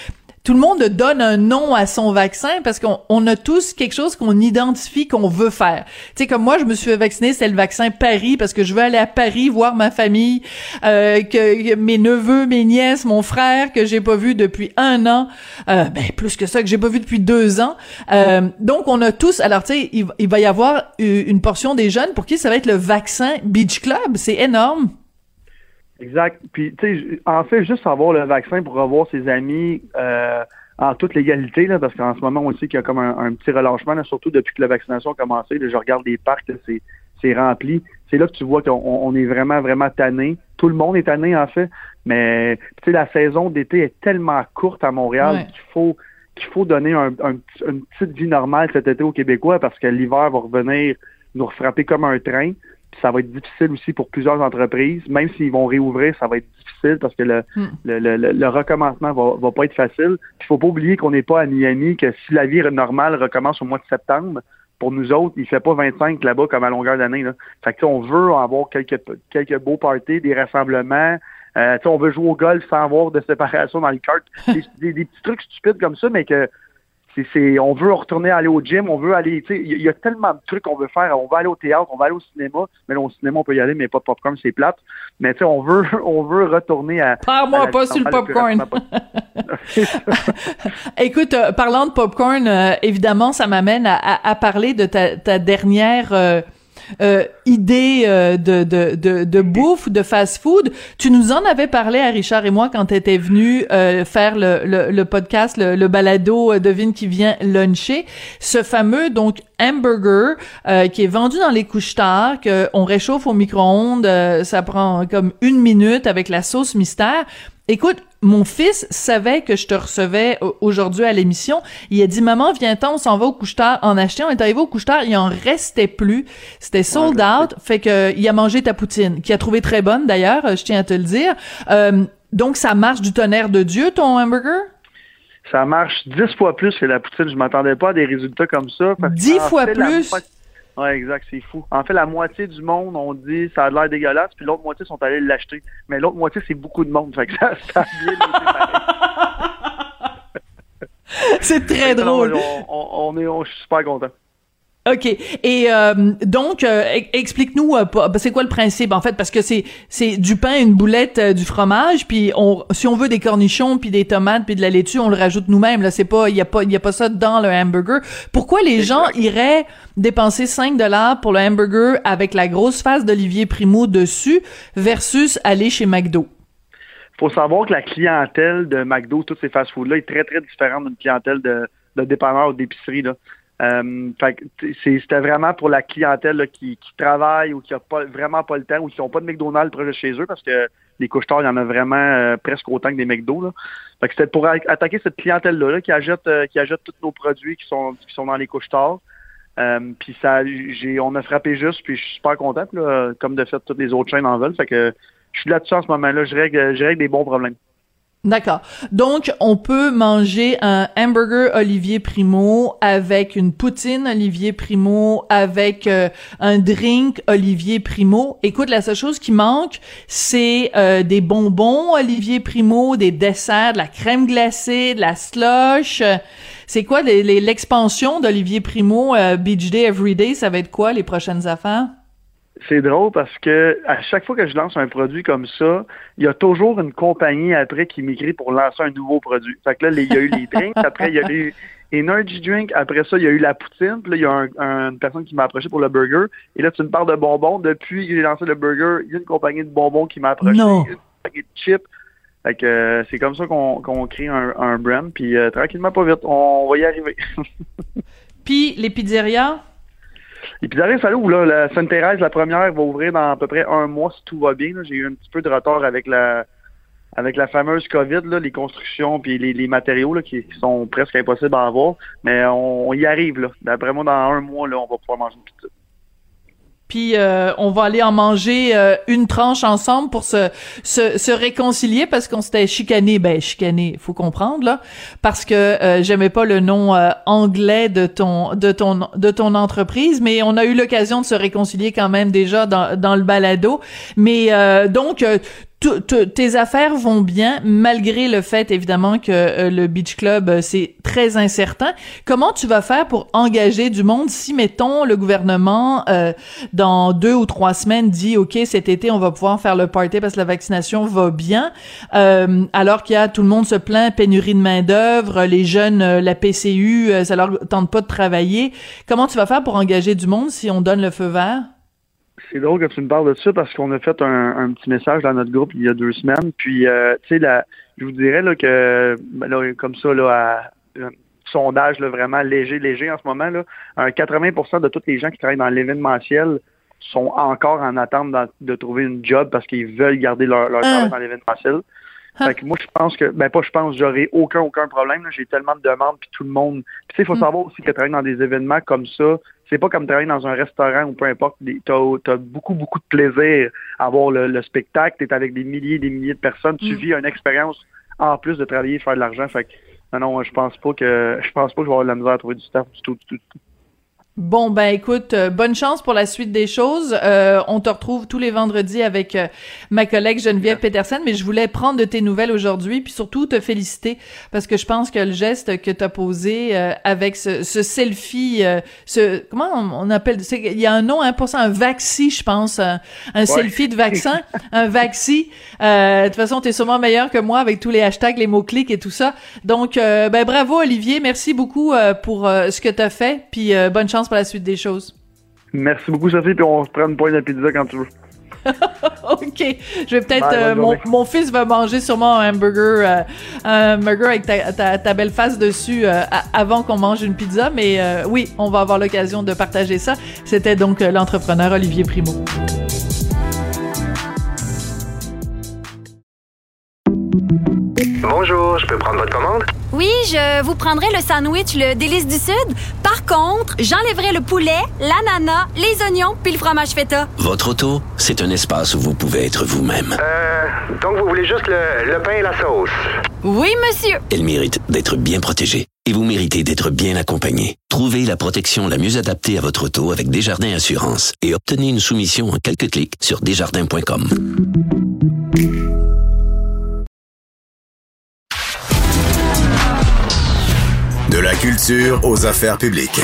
tout le monde donne un nom à son vaccin parce qu'on a tous quelque chose qu'on identifie qu'on veut faire. Tu sais, comme moi, je me suis fait vacciner, c'est le vaccin Paris parce que je veux aller à Paris voir ma famille, que mes neveux, mes nièces, mon frère que j'ai pas vu depuis 1 an, plus que ça que j'ai pas vu depuis 2 ans. Donc on a tous, alors tu sais, il va y avoir une portion des jeunes pour qui ça va être le vaccin Beach Club, c'est énorme. Exact. Puis, tu sais, en fait, juste avoir le vaccin pour revoir ses amis en toute légalité, là, parce qu'en ce moment, on sait qu'il y a comme un petit relâchement, là, surtout depuis que la vaccination a commencé. Là, je regarde les parcs, là, c'est rempli. C'est là que tu vois qu'on est vraiment, vraiment tanné. Tout le monde est tanné, en fait. Mais, tu sais, la saison d'été est tellement courte à Montréal qu'il faut donner une petite vie normale cet été aux Québécois parce que l'hiver va revenir nous frapper comme un train. Ça va être difficile aussi pour plusieurs entreprises. Même s'ils vont réouvrir, ça va être difficile parce que le recommencement va pas être facile. Il faut pas oublier qu'on n'est pas à Miami, que si la vie normale recommence au mois de septembre, pour nous autres, il fait pas 25 là-bas comme à longueur d'année. Là. Fait que on veut avoir quelques beaux parties, des rassemblements. On veut jouer au golf sans avoir de séparation dans le kart. Des petits trucs stupides comme ça, mais que on veut retourner aller au gym, on veut aller, tu sais, il y a tellement de trucs qu'on veut faire, on veut aller au théâtre, on va aller au cinéma, mais là, au cinéma, on peut y aller, mais pas de popcorn, c'est plate. Mais tu sais, on veut retourner à... Parle-moi pas sur le popcorn! Écoute, parlant de popcorn, évidemment, ça m'amène à parler de ta dernière... idée de bouffe, de fast-food. Tu nous en avais parlé à Richard et moi quand t'étais venu faire le podcast, le balado Devine qui vient luncher. Ce fameux donc hamburger qui est vendu dans les couche-tard, qu'on réchauffe au micro-ondes, ça prend comme 1 minute avec la sauce mystère. Écoute, mon fils savait que je te recevais aujourd'hui à l'émission. Il a dit, maman, viens-t'en, on s'en va au couche-tard en acheter. On est arrivé au couche-tard, il en restait plus. C'était sold out. Fait que, il a mangé ta poutine, qu'il a trouvé très bonne d'ailleurs, je tiens à te le dire. Donc, ça marche du tonnerre de Dieu, ton hamburger? Ça marche 10 fois plus que la poutine. Je m'attendais pas à des résultats comme ça. 10 fois plus? Ouais, exact, c'est fou. En fait, la moitié du monde ont dit ça a l'air dégueulasse, puis l'autre moitié sont allés l'acheter. Mais l'autre moitié, c'est beaucoup de monde. Fait que ça a bien été pareil. C'est très drôle. Je suis super content. OK. Et donc, explique-nous, c'est quoi le principe, en fait, parce que c'est du pain, une boulette, du fromage, puis si on veut des cornichons, puis des tomates, puis de la laitue, on le rajoute nous-mêmes. Là, c'est pas, il y a pas ça dans le hamburger. Pourquoi les gens iraient dépenser 5$ pour le hamburger avec la grosse face d'Olivier Primo dessus versus aller chez McDo? Faut savoir que la clientèle de McDo, tous ces fast-foods-là, est très, très différente d'une clientèle de dépanneur ou d'épicerie, là. Fait que c'était vraiment pour la clientèle là, qui travaille ou qui a vraiment pas le temps ou qui n'ont pas de McDonald's proche de chez eux parce que les couche-tard, il y en a vraiment presque autant que des McDo. Là. Fait que c'était pour attaquer cette clientèle-là là, qui achète tous nos produits qui sont dans les couche-tard. Puis on a frappé juste, puis je suis super content. Là, comme de fait, toutes les autres chaînes en veulent. Fait que je suis là-dessus en ce moment-là. Je règle des bons problèmes. D'accord. Donc, on peut manger un hamburger Olivier Primo avec une poutine Olivier Primo, avec un drink Olivier Primo. Écoute, la seule chose qui manque, c'est des bonbons Olivier Primo, des desserts, de la crème glacée, de la slush. C'est quoi l'expansion d'Olivier Primo Beach Day Everyday? Ça va être quoi les prochaines affaires? C'est drôle parce que à chaque fois que je lance un produit comme ça, il y a toujours une compagnie après qui m'écrit pour lancer un nouveau produit. Fait que là, il y a eu les drinks, après il y a eu Energy Drink, après ça, il y a eu la poutine, puis là, il y a une personne qui m'a approché pour le burger. Et là, tu me parles de bonbons. Depuis que j'ai lancé le burger, il y a une compagnie de bonbons qui m'a approché. Non. Une compagnie de chips. Fait que c'est comme ça qu'on crée un brand. Puis tranquillement, pas vite, on va y arriver. Puis les pizzerias? Les pizzerias, ça ouvre, là. La Sainte-Thérèse, la première, va ouvrir dans à peu près 1 mois si tout va bien. Là. J'ai eu un petit peu de retard avec la fameuse COVID, là, les constructions puis les matériaux là, qui sont presque impossibles à avoir. Mais on y arrive. Là. D'après moi, dans 1 mois, là, on va pouvoir manger une pizza. Puis on va aller en manger une tranche ensemble pour se réconcilier parce qu'on s'était chicané, faut comprendre là, parce que j'aimais pas le nom anglais de ton entreprise, mais on a eu l'occasion de se réconcilier quand même déjà dans le balado. Mais donc tes affaires vont bien, malgré le fait, évidemment, que le Beach Club, c'est très incertain. Comment tu vas faire pour engager du monde si, mettons, le gouvernement, dans 2 ou 3 semaines, dit, OK, cet été, on va pouvoir faire le party parce que la vaccination va bien, alors qu'il y a, tout le monde se plaint, pénurie de main-d'œuvre, les jeunes, la PCU, ça leur tente pas de travailler. Comment tu vas faire pour engager du monde si on donne le feu vert? C'est drôle que tu me parles de ça parce qu'on a fait un petit message dans notre groupe il y a 2 semaines. Puis, tu sais, je vous dirais là, que, là, comme ça, là, un sondage là, vraiment léger en ce moment, là, 80% de tous les gens qui travaillent dans l'événementiel sont encore en attente de trouver une job parce qu'ils veulent garder leur travail dans l'événementiel. Fait que moi, je pense que, j'aurais aucun problème. Là. J'ai tellement de demandes, puis tout le monde. Puis tu sais, il faut savoir aussi que travailler dans des événements comme ça, c'est pas comme travailler dans un restaurant ou peu importe. T'as beaucoup de plaisir à voir le spectacle. T'es avec des milliers de personnes. Tu vis une expérience en plus de travailler et faire de l'argent. Fait que non, je pense pas que je vais avoir de la misère à trouver du staff du tout. Bon, ben écoute, bonne chance pour la suite des choses. On te retrouve tous les vendredis avec ma collègue Geneviève Peterson, mais je voulais prendre de tes nouvelles aujourd'hui, puis surtout te féliciter, parce que je pense que le geste que tu as posé avec ce selfie, comment on appelle, il y a un nom pour ça, un vaxi, je pense, un selfie de vaccin, un vaxi. De toute façon, tu es sûrement meilleur que moi avec tous les hashtags, les mots-clics et tout ça. Donc, ben bravo Olivier, merci beaucoup pour ce que tu as fait, puis bonne chance pour la suite des choses. Merci beaucoup, Sophie, puis on se prend une pointe de pizza quand tu veux. OK. Je vais peut-être... mon fils va manger sûrement un burger avec ta belle face dessus avant qu'on mange une pizza, mais oui, on va avoir l'occasion de partager ça. C'était donc l'entrepreneur Olivier Primo. Bonjour, je peux prendre votre commande? Oui, je vous prendrai le sandwich, le Délice du Sud. Par contre, j'enlèverai le poulet, l'ananas, les oignons puis le fromage feta. Votre auto, c'est un espace où vous pouvez être vous-même. Donc vous voulez juste le pain et la sauce? Oui, monsieur. Elle mérite d'être bien protégée. Et vous méritez d'être bien accompagné. Trouvez la protection la mieux adaptée à votre auto avec Desjardins Assurance et obtenez une soumission en quelques clics sur desjardins.com. De la culture aux affaires publiques.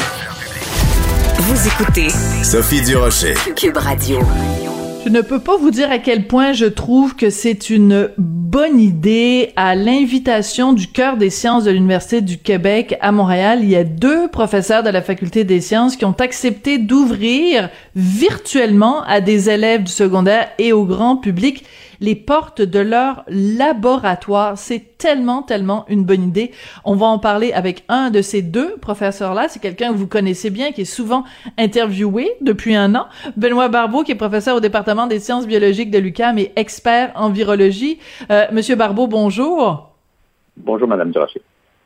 Vous écoutez Sophie Durocher. Cube Radio. Je ne peux pas vous dire à quel point je trouve que c'est une bonne idée. À l'invitation du Cœur des sciences de l'Université du Québec à Montréal, il y a 2 professeurs de la Faculté des sciences qui ont accepté d'ouvrir virtuellement à des élèves du secondaire et au grand public les portes de leur laboratoire. C'est tellement une bonne idée. On va en parler avec un de ces 2 professeurs-là. C'est quelqu'un que vous connaissez bien, qui est souvent interviewé depuis 1 an. Benoît Barbeau, qui est professeur au département des sciences biologiques de l'UQAM et expert en virologie. Monsieur Barbeau, bonjour. Bonjour, Madame Durocher.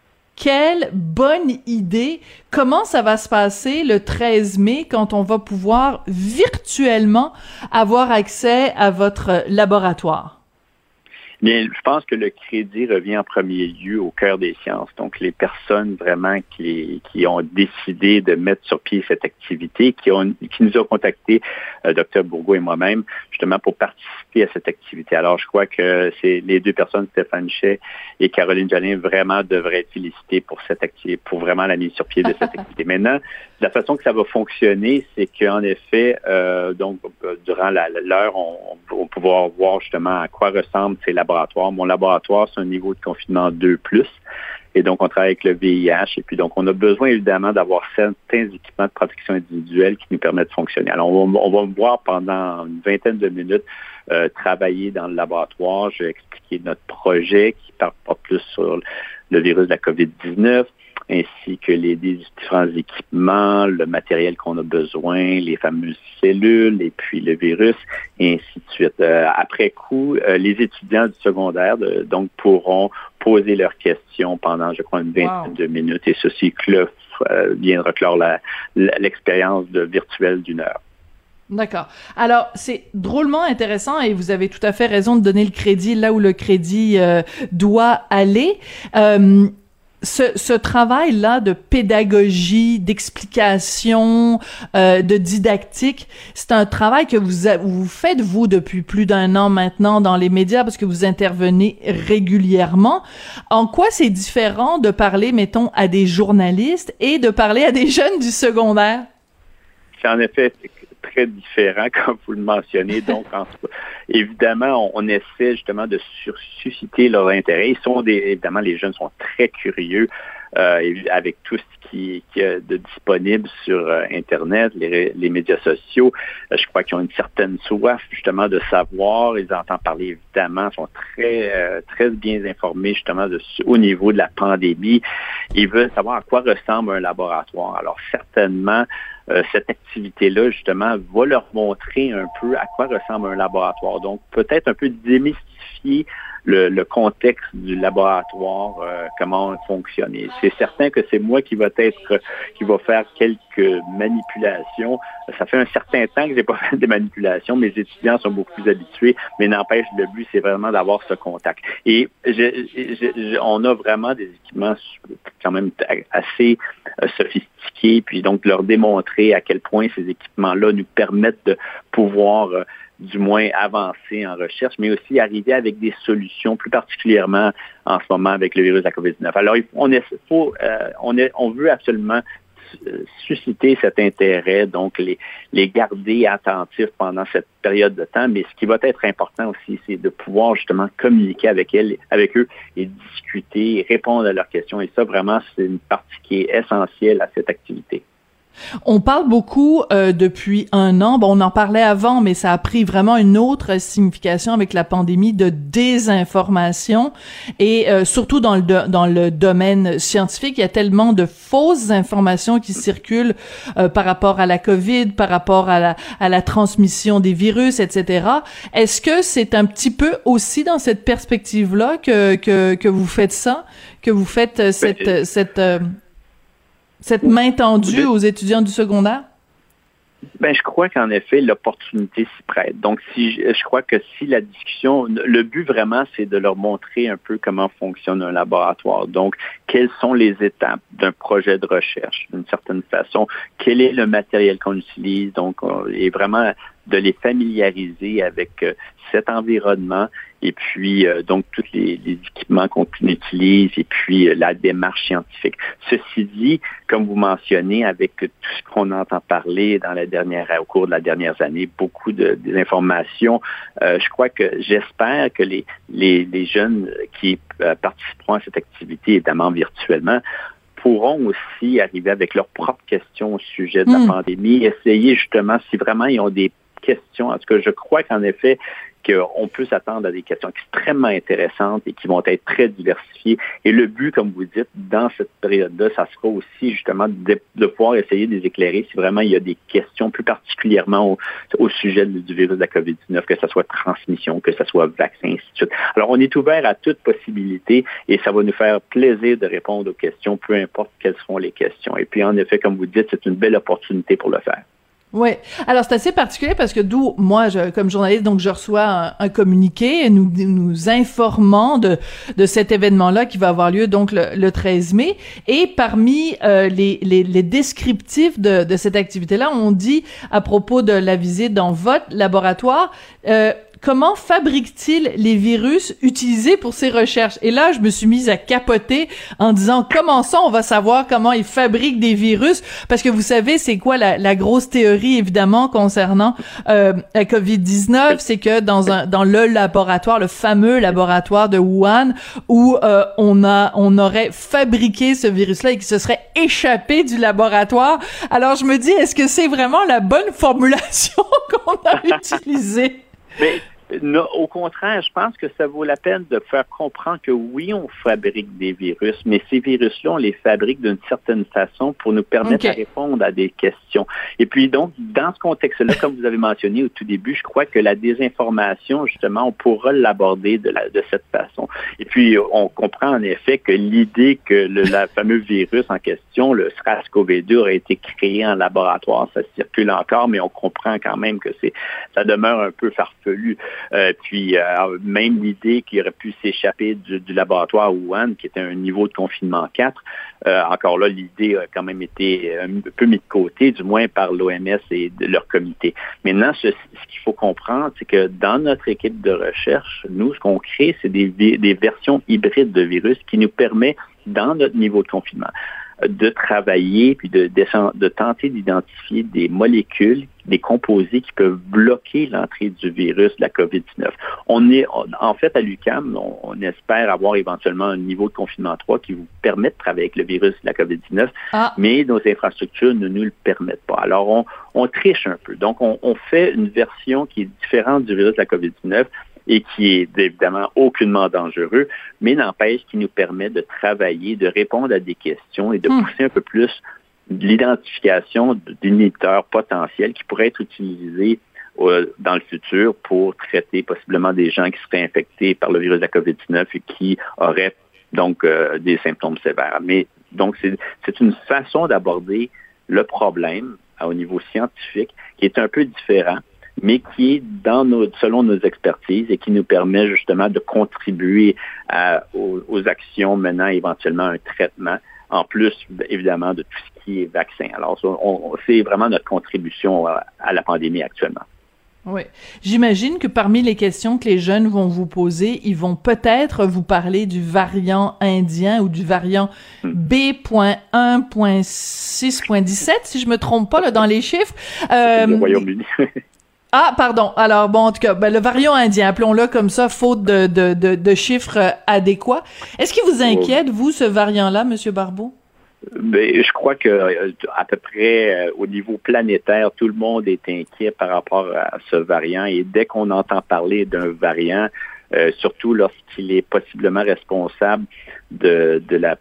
Quelle bonne idée! Comment ça va se passer le 13 mai quand on va pouvoir virtuellement avoir accès à votre laboratoire? Bien, je pense que le crédit revient en premier lieu au Cœur des sciences. Donc, les personnes vraiment qui ont décidé de mettre sur pied cette activité, qui nous ont contactés, Dr Bourgault et moi-même, justement pour participer à cette activité. Alors, je crois que c'est les 2 personnes, Stéphane Chay et Caroline Jolin, vraiment devraient être félicitées pour cette activité, pour vraiment la mise sur pied de cette activité. Maintenant, la façon que ça va fonctionner, c'est qu'en effet, donc durant l'heure, on va pouvoir voir justement à quoi ressemblent ces laboratoires. Mon laboratoire, c'est un niveau de confinement 2+. Et donc, on travaille avec le VIH. Et puis, donc, on a besoin, évidemment, d'avoir certains équipements de protection individuelle qui nous permettent de fonctionner. Alors, on va me voir pendant une vingtaine de minutes travailler dans le laboratoire. Je vais expliquer notre projet qui part pas plus sur le virus de la COVID-19, ainsi que les différents équipements, le matériel qu'on a besoin, les fameuses cellules et puis le virus, et ainsi de suite. Après coup, les étudiants du secondaire donc pourront poser leurs questions pendant, je crois, une vingtaine de minutes, et ceci viendra clore l'expérience virtuelle d'1 heure. D'accord. Alors, c'est drôlement intéressant et vous avez tout à fait raison de donner le crédit là où le crédit doit aller. ce travail-là de pédagogie, d'explication, de didactique, c'est un travail que vous faites, vous, depuis plus d'1 an maintenant dans les médias, parce que vous intervenez régulièrement. En quoi c'est différent de parler, mettons, à des journalistes et de parler à des jeunes du secondaire? C'est en effet très différent, comme vous le mentionnez. Donc, évidemment, on essaie justement de susciter leur intérêt. Évidemment, les jeunes sont très curieux avec tout ce qui est de disponible sur Internet, les médias sociaux. Je crois qu'ils ont une certaine soif justement de savoir. Ils entendent parler, évidemment, sont très bien informés justement au niveau de la pandémie. Ils veulent savoir à quoi ressemble un laboratoire. Alors, certainement, cette activité-là, justement, va leur montrer un peu à quoi ressemble un laboratoire. Donc, peut-être un peu démystifier le contexte du laboratoire, comment fonctionner. C'est certain que c'est moi qui va faire quelques manipulations. Ça fait un certain temps que j'ai pas fait des manipulations. Mes étudiants sont beaucoup plus habitués, mais n'empêche, le but, c'est vraiment d'avoir ce contact. Et on a vraiment des équipements quand même assez sophistiqués, puis donc leur démontrer à quel point ces équipements-là nous permettent de pouvoir du moins avancer en recherche, mais aussi arriver avec des solutions, plus particulièrement en ce moment avec le virus de la COVID-19. Alors, on veut absolument susciter cet intérêt, donc les garder attentifs pendant cette période de temps, mais ce qui va être important aussi, c'est de pouvoir justement communiquer avec eux et discuter, répondre à leurs questions. Et ça, vraiment, c'est une partie qui est essentielle à cette activité. On parle beaucoup depuis 1 an, on en parlait avant, mais ça a pris vraiment une autre signification avec la pandémie de désinformation et surtout dans le domaine scientifique, il y a tellement de fausses informations qui circulent par rapport à la COVID, par rapport à la transmission des virus, etc. Est-ce que c'est un petit peu aussi dans cette perspective-là que vous faites ça, que vous faites cette main tendue aux étudiants du secondaire? Je crois qu'en effet, l'opportunité s'y prête. Donc, je crois que si la discussion, le but vraiment, c'est de leur montrer un peu comment fonctionne un laboratoire. Donc, quelles sont les étapes d'un projet de recherche, d'une certaine façon? Quel est le matériel qu'on utilise? Donc, et vraiment de les familiariser avec cet environnement et puis donc tous les équipements qu'on utilise et puis la démarche scientifique. Ceci dit, comme vous mentionnez, avec tout ce qu'on entend parler au cours de la dernière année, beaucoup d'informations, je crois que j'espère que les jeunes qui participeront à cette activité, évidemment virtuellement, pourront aussi arriver avec leurs propres questions au sujet de la pandémie, essayer justement, si vraiment ils ont des questions, en tout cas, je crois qu'en effet, qu'on peut s'attendre à des questions extrêmement intéressantes et qui vont être très diversifiées. Et le but, comme vous dites, dans cette période-là, ça sera aussi justement de pouvoir essayer de les éclairer si vraiment il y a des questions plus particulièrement au sujet du virus de la COVID-19, que ce soit transmission, que ce soit vaccin, ainsi de suite. Alors, on est ouvert à toute possibilité et ça va nous faire plaisir de répondre aux questions, peu importe quelles seront les questions. Et puis, en effet, comme vous dites, c'est une belle opportunité pour le faire. Ouais. Alors c'est assez particulier parce que moi, comme journaliste, donc je reçois un communiqué nous informant de cet événement-là qui va avoir lieu donc le 13 mai. Et parmi les descriptifs de cette activité-là, on dit à propos de la visite dans votre laboratoire. Comment fabrique-t-il les virus utilisés pour ces recherches? Et là, je me suis mise à capoter en disant, comment ça, on va savoir comment ils fabriquent des virus? Parce que vous savez, c'est quoi la grosse théorie, évidemment, concernant la COVID-19? C'est que dans le laboratoire, le fameux laboratoire de Wuhan, où on aurait fabriqué ce virus-là et qui se serait échappé du laboratoire. Alors, je me dis, est-ce que c'est vraiment la bonne formulation qu'on a utilisée? Mais non, au contraire, je pense que ça vaut la peine de faire comprendre que oui, on fabrique des virus, mais ces virus-là, on les fabrique d'une certaine façon pour nous permettre de répondre à des questions. Et puis donc, dans ce contexte-là, comme vous avez mentionné au tout début, je crois que la désinformation, justement, on pourra l'aborder de cette façon. Et puis, on comprend en effet que l'idée que le fameux virus en question, le SARS-CoV-2, aurait été créé en laboratoire, ça circule encore, mais on comprend quand même que ça demeure un peu farfelu. Puis même l'idée qu'il aurait pu s'échapper du laboratoire Wuhan, qui était un niveau de confinement 4, encore là, l'idée a quand même été un peu mise de côté, du moins par l'OMS et de leur comité. Maintenant, ce qu'il faut comprendre, c'est que dans notre équipe de recherche, nous, ce qu'on crée, c'est des versions hybrides de virus qui nous permettent, dans notre niveau de confinement, de travailler puis de tenter d'identifier des molécules, des composés qui peuvent bloquer l'entrée du virus de la COVID-19. En fait, à l'UQAM, on espère avoir éventuellement un niveau de confinement 3 qui vous permet de travailler avec le virus de la COVID-19, mais nos infrastructures ne nous le permettent pas. Alors, on triche un peu. Donc, on fait une version qui est différente du virus de la COVID-19 et qui est évidemment aucunement dangereux, mais n'empêche qui nous permet de travailler, de répondre à des questions et de pousser un peu plus l'identification d'inhibiteurs potentiels qui pourraient être utilisés dans le futur pour traiter possiblement des gens qui seraient infectés par le virus de la COVID-19 et qui auraient donc des symptômes sévères. Mais donc, c'est une façon d'aborder le problème au niveau scientifique qui est un peu différent, mais qui est selon nos expertises et qui nous permet justement de contribuer aux actions menant éventuellement un traitement, en plus évidemment de tout ce qui est vaccin. Alors, c'est vraiment notre contribution à la pandémie actuellement. Oui. J'imagine que parmi les questions que les jeunes vont vous poser, ils vont peut-être vous parler du variant indien ou du variant B.1.6.17, si je me trompe pas là, dans les chiffres. Le Royaume-Uni. Ah, pardon. Alors, bon, en tout cas, le variant indien, appelons-le comme ça, faute de chiffres adéquats. Est-ce qu'il vous inquiète, vous, ce variant-là, M. Barbeau? Ben, je crois que à peu près au niveau planétaire, tout le monde est inquiet par rapport à ce variant. Et dès qu'on entend parler d'un variant, surtout lorsqu'il est possiblement responsable de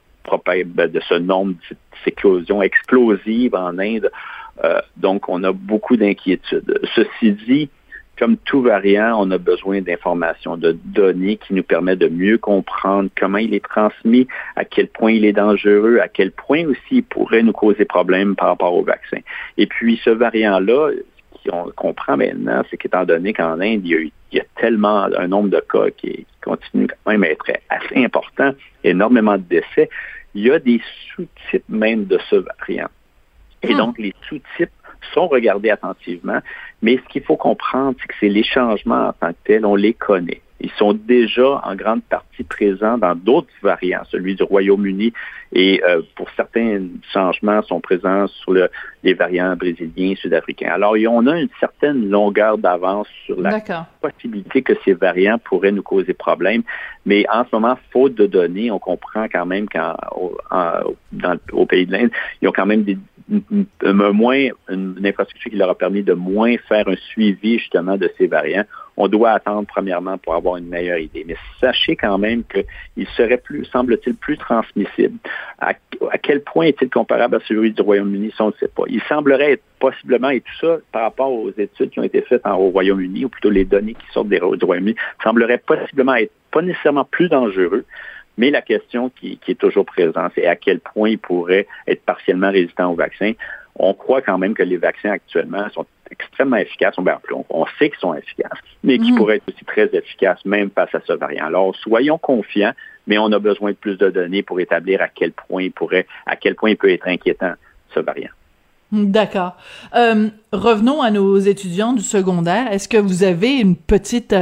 ce nombre d'éclosions explosives en Inde, donc on a beaucoup d'inquiétudes. Ceci dit, comme tout variant, on a besoin d'informations, de données qui nous permettent de mieux comprendre comment il est transmis, à quel point il est dangereux, à quel point aussi il pourrait nous causer problème par rapport au vaccin. Et puis ce variant-là, ce qu'on comprend maintenant, c'est qu'étant donné qu'en Inde, il y a tellement un nombre de cas qui continue quand même à être assez important, énormément de décès, il y a des sous-types même de ce variant. Et donc, les sous-types sont regardés attentivement, mais ce qu'il faut comprendre, c'est que les changements en tant que tels, on les connaît. Ils sont déjà en grande partie présents dans d'autres variants, celui du Royaume-Uni, et pour certains changements sont présents sur les variants brésiliens, sud-africains. Alors, on a une certaine longueur d'avance sur la possibilité que ces variants pourraient nous causer problème, mais en ce moment, faute de données, on comprend quand même qu'au pays de l'Inde, ils ont quand même une infrastructure qui leur a permis de moins faire un suivi justement de ces variants. On doit attendre premièrement pour avoir une meilleure idée. Mais sachez quand même qu'il serait semble-t-il, plus transmissible. À quel point est-il comparable à celui du Royaume-Uni, ça on ne sait pas. Il semblerait être possiblement, et tout ça par rapport aux études qui ont été faites au Royaume-Uni, ou plutôt les données qui sortent du Royaume-Uni, semblerait possiblement être pas nécessairement plus dangereux, mais la question qui est toujours présente, c'est à quel point il pourrait être partiellement résistant au vaccin. On croit quand même que les vaccins actuellement sont extrêmement efficaces. On sait qu'ils sont efficaces, mais qu'ils pourraient être aussi très efficaces même face à ce variant. Alors, soyons confiants, mais on a besoin de plus de données pour établir à quel point il peut être inquiétant, ce variant. D'accord. Revenons à nos étudiants du secondaire. Est-ce que vous avez une petite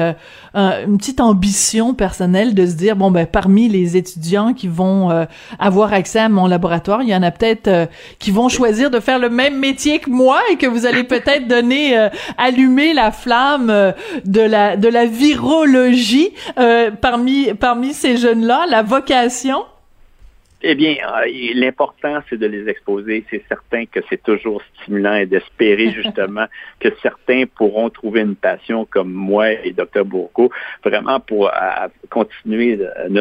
ambition personnelle de se dire, parmi les étudiants qui vont avoir accès à mon laboratoire, il y en a peut-être qui vont choisir de faire le même métier que moi et que vous allez peut-être allumer la flamme de la virologie parmi ces jeunes-là, la vocation? Eh bien, l'important, c'est de les exposer. C'est certain que c'est toujours stimulant et d'espérer justement que certains pourront trouver une passion comme moi et Dr Bourgault, vraiment pour continuer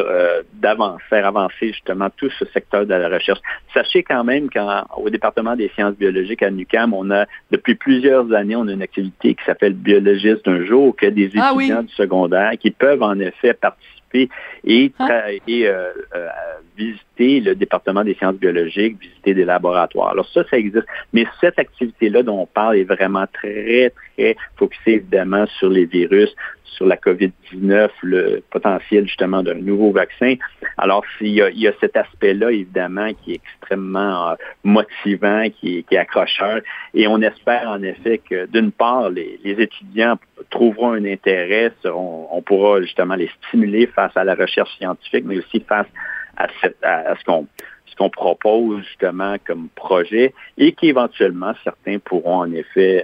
faire avancer justement tout ce secteur de la recherche. Sachez quand même qu'au département des sciences biologiques à l'UQAM, depuis plusieurs années, on a une activité qui s'appelle Biologiste d'un jour, que des étudiants du secondaire qui peuvent en effet participer et visiter visiter le département des sciences biologiques, visiter des laboratoires. Alors ça existe. Mais cette activité-là dont on parle est vraiment très, très focusée évidemment sur les virus, sur la COVID-19, le potentiel justement d'un nouveau vaccin. Alors, il y a cet aspect-là, évidemment, qui est extrêmement motivant, qui est accrocheur. Et on espère en effet que, d'une part, les étudiants trouveront un intérêt, on pourra justement les stimuler face à la recherche scientifique, mais aussi face à ce qu'on propose justement comme projet, et qu'éventuellement, certains pourront en effet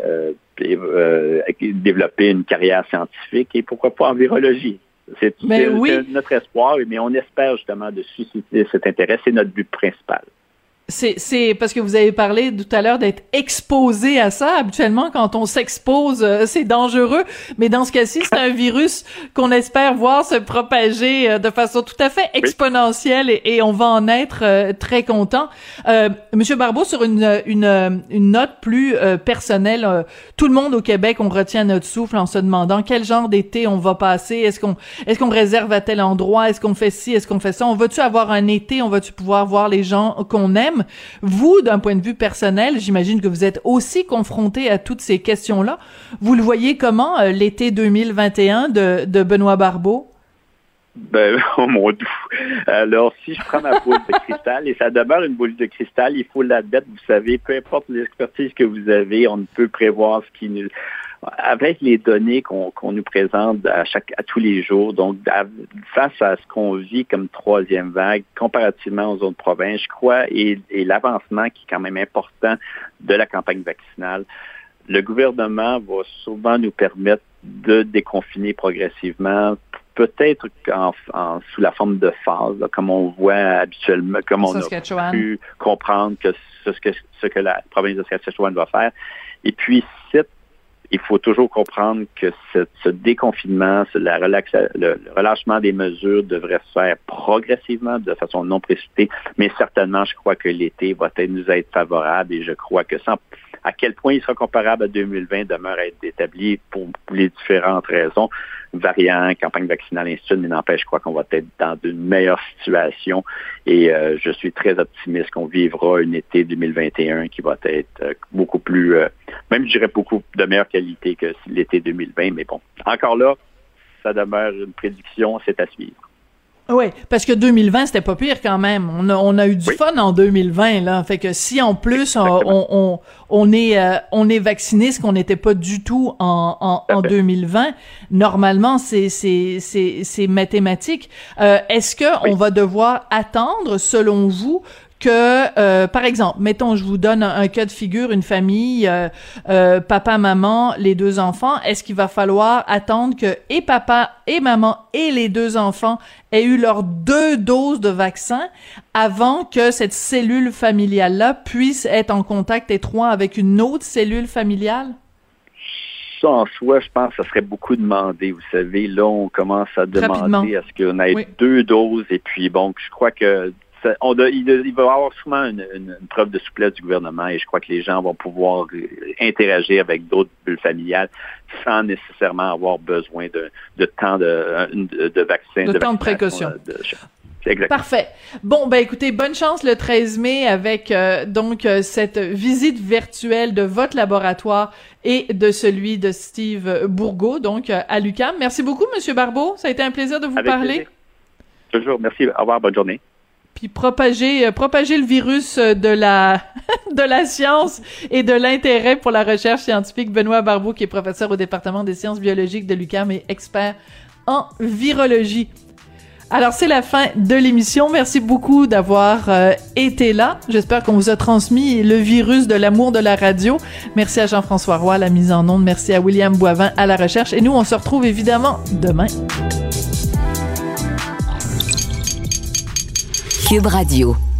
développer une carrière scientifique et pourquoi pas en virologie. C'est notre espoir, mais on espère justement de susciter cet intérêt. C'est notre but principal. C'est parce que vous avez parlé tout à l'heure d'être exposé à ça. Habituellement, quand on s'expose, c'est dangereux. Mais dans ce cas-ci, c'est un virus qu'on espère voir se propager de façon tout à fait exponentielle et on va en être très content. Monsieur Barbeau, sur une note plus personnelle, tout le monde au Québec, on retient notre souffle en se demandant quel genre d'été on va passer. Est-ce qu'on réserve à tel endroit? Est-ce qu'on fait ci? Est-ce qu'on fait ça? On va-tu avoir un été? On va-tu pouvoir voir les gens qu'on aime? Vous, d'un point de vue personnel, j'imagine que vous êtes aussi confronté à toutes ces questions-là. Vous le voyez comment, l'été 2021 de Benoît Barbeau? Oh mon Dieu. Alors, si je prends ma boule de cristal, et ça demeure une boule de cristal, il faut l'admettre, vous savez, peu importe l'expertise que vous avez, on ne peut prévoir ce qui nous... Avec les données qu'on nous présente à tous les jours, donc face à ce qu'on vit comme troisième vague, comparativement aux autres provinces, je crois, et l'avancement qui est quand même important de la campagne vaccinale, le gouvernement va souvent nous permettre de déconfiner progressivement, peut-être sous la forme de phase, là, comme on voit habituellement, comme on a pu comprendre que ce que la province de Saskatchewan va faire. Et puis, il faut toujours comprendre que ce déconfinement, le relâchement des mesures devrait se faire progressivement, de façon non précipitée, mais certainement, je crois que l'été va nous être favorable et je crois que à quel point il sera comparable à 2020 demeure à être établi pour les différentes raisons, variants, campagne vaccinale, ainsi de suite, mais n'empêche, je crois qu'on va être dans une meilleure situation et je suis très optimiste qu'on vivra un été 2021 qui va être beaucoup plus, même je dirais beaucoup de meilleure qualité que l'été 2020, mais bon, encore là, ça demeure une prédiction, c'est à suivre. Oui, parce que 2020, c'était pas pire quand même. On a eu du fun en 2020, là. Fait que si en plus on est vacciné, ce qu'on n'était pas du tout en 2020, normalement c'est mathématique. Est-ce que on va devoir attendre, selon vous, que, par exemple, mettons, je vous donne un cas de figure, une famille, papa, maman, les deux enfants, est-ce qu'il va falloir attendre que et papa et maman et les deux enfants aient eu leurs 2 doses de vaccin avant que cette cellule familiale-là puisse être en contact étroit avec une autre cellule familiale? Ça, en soi, je pense que ça serait beaucoup demandé. Vous savez, là, on commence à demander à ce qu'on ait 2 doses et puis, bon, je crois que il va y avoir sûrement une preuve de souplesse du gouvernement et je crois que les gens vont pouvoir interagir avec d'autres bulles familiales sans nécessairement avoir besoin de temps de vaccin. De temps de précaution. Exactement. Parfait. Bon, ben écoutez, bonne chance le 13 mai avec cette visite virtuelle de votre laboratoire et de celui de Steve Bourgault, donc à l'UQAM. Merci beaucoup, Monsieur Barbeau. Ça a été un plaisir de vous parler. Plaisir. Toujours. Merci. Au revoir. Bonne journée. Puis propager le virus de la science et de l'intérêt pour la recherche scientifique. Benoît Barbeau, qui est professeur au département des sciences biologiques de l'UQAM et expert en virologie. Alors, c'est la fin de l'émission. Merci beaucoup d'avoir été là. J'espère qu'on vous a transmis le virus de l'amour de la radio. Merci à Jean-François Roy à la mise en onde. Merci à William Boivin à la recherche. Et nous, on se retrouve évidemment demain. Cube Radio.